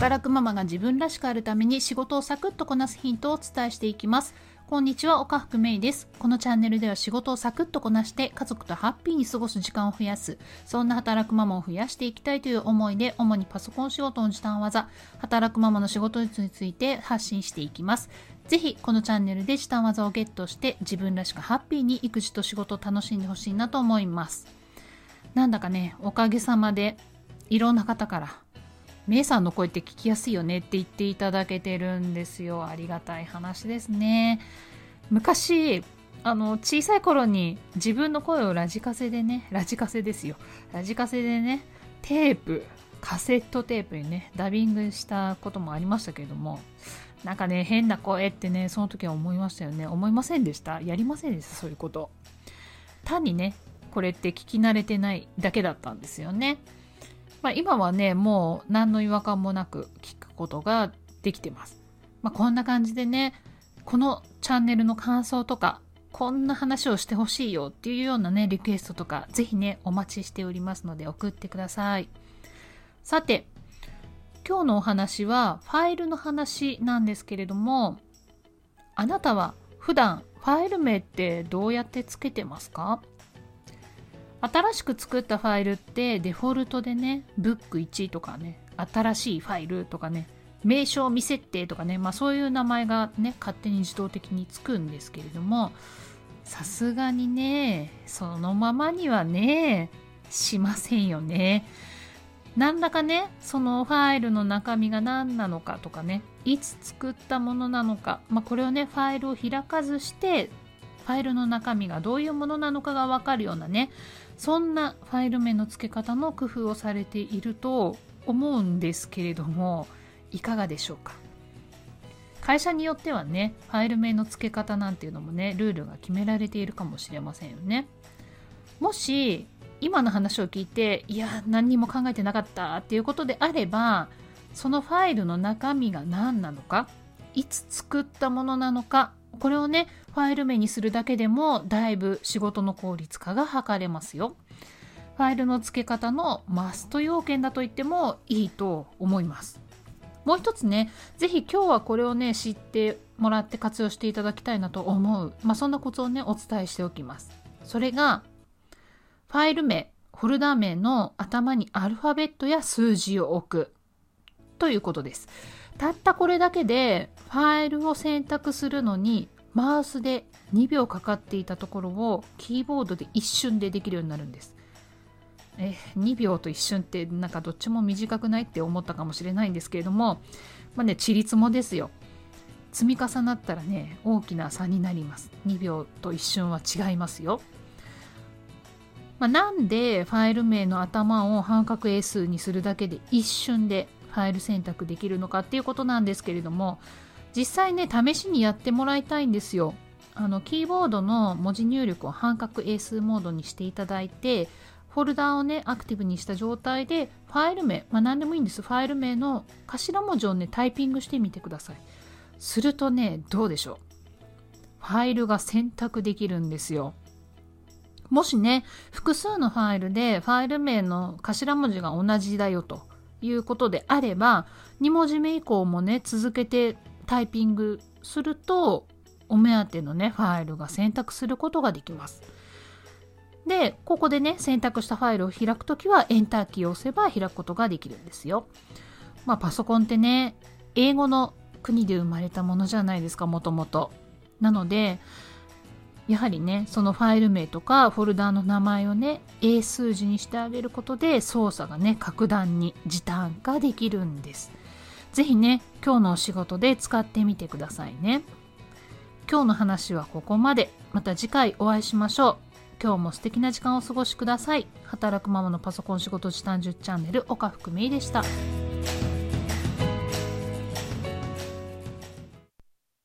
働くママが自分らしくあるために仕事をサクッとこなすヒントをお伝えしていきます。こんにちは、岡福芽衣です。このチャンネルでは仕事をサクッとこなして家族とハッピーに過ごす時間を増やす、そんな働くママを増やしていきたいという思いで、主にパソコン仕事の時短技、働くママの仕事について発信していきます。ぜひこのチャンネルで時短技をゲットして自分らしくハッピーに育児と仕事を楽しんでほしいなと思います。なんだかね、おかげさまでいろんな方からメイさんの声って聞きやすいよねって言っていただけてるんですよ。ありがたい話ですね。昔小さい頃に自分の声をラジカセでね、テープ、カセットテープにねダビングしたこともありましたけれども、なんかね変な声ってね、その時は思いましたよね。思いませんでした？やりませんでした？そういうこと。単にねこれって聞き慣れてないだけだったんですよね。今はねもう何の違和感もなく聞くことができてます。こんな感じでね、このチャンネルの感想とか、こんな話をしてほしいよっていうようなねリクエストとか、ぜひねお待ちしておりますので送ってください。さて、今日のお話はファイルの話なんですけれども、あなたは普段ファイル名ってどうやってつけてますか？新しく作ったファイルってデフォルトでね、ブック1とかね、新しいファイルとかね、名称未設定とかね、そういう名前がね勝手に自動的につくんですけれども、さすがにねそのままにはねしませんよね。なんだかね、そのファイルの中身が何なのかとかね、いつ作ったものなのか、これをねファイルを開かずしてファイルの中身がどういうものなのかが分かるようなね、そんなファイル名の付け方の工夫をされていると思うんですけれども、いかがでしょうか。会社によってはねファイル名の付け方なんていうのもねルールが決められているかもしれませんよね。もし今の話を聞いて、いや何にも考えてなかったっていうことであれば、そのファイルの中身が何なのか、いつ作ったものなのか、これをねファイル名にするだけでもだいぶ仕事の効率化が図れますよ。ファイルの付け方のマスト要件だと言ってもいいと思います。もう一つね、ぜひ今日はこれをね知ってもらって活用していただきたいなと思う、そんなコツをねお伝えしておきます。それがファイル名、フォルダ名の頭にアルファベットや数字を置くということです。たったこれだけでファイルを選択するのにマウスで2秒かかっていたところをキーボードで一瞬でできるようになるんです。2秒と一瞬ってなんかどっちも短くないって思ったかもしれないんですけれども、ちりつもですよ。積み重なったらね大きな差になります。2秒と一瞬は違いますよ。なんでファイル名の頭を半角英数にするだけで一瞬でファイル選択できるのかっていうことなんですけれども、実際ね試しにやってもらいたいんですよ。キーボードの文字入力を半角英数モードにしていただいて、フォルダをねアクティブにした状態でファイル名、何でもいいんです。ファイル名の頭文字をねタイピングしてみてください。するとねどうでしょう、ファイルが選択できるんですよ。もしね複数のファイルでファイル名の頭文字が同じだよということであれば、2文字目以降もね続けてタイピングするとお目当てのねファイルが選択することができます。でここでね選択したファイルを開くときはエンターキーを押せば開くことができるんですよ。パソコンってね英語の国で生まれたものじゃないですか、もともと。なのでやはりねそのファイル名とかフォルダの名前をね英数字にしてあげることで操作がね格段に時短化できるんです。ぜひね今日のお仕事で使ってみてくださいね。今日の話はここまで。また次回お会いしましょう。今日も素敵な時間をお過ごしください。働くママのパソコン仕事時短10チャンネル、岡福芽衣でした。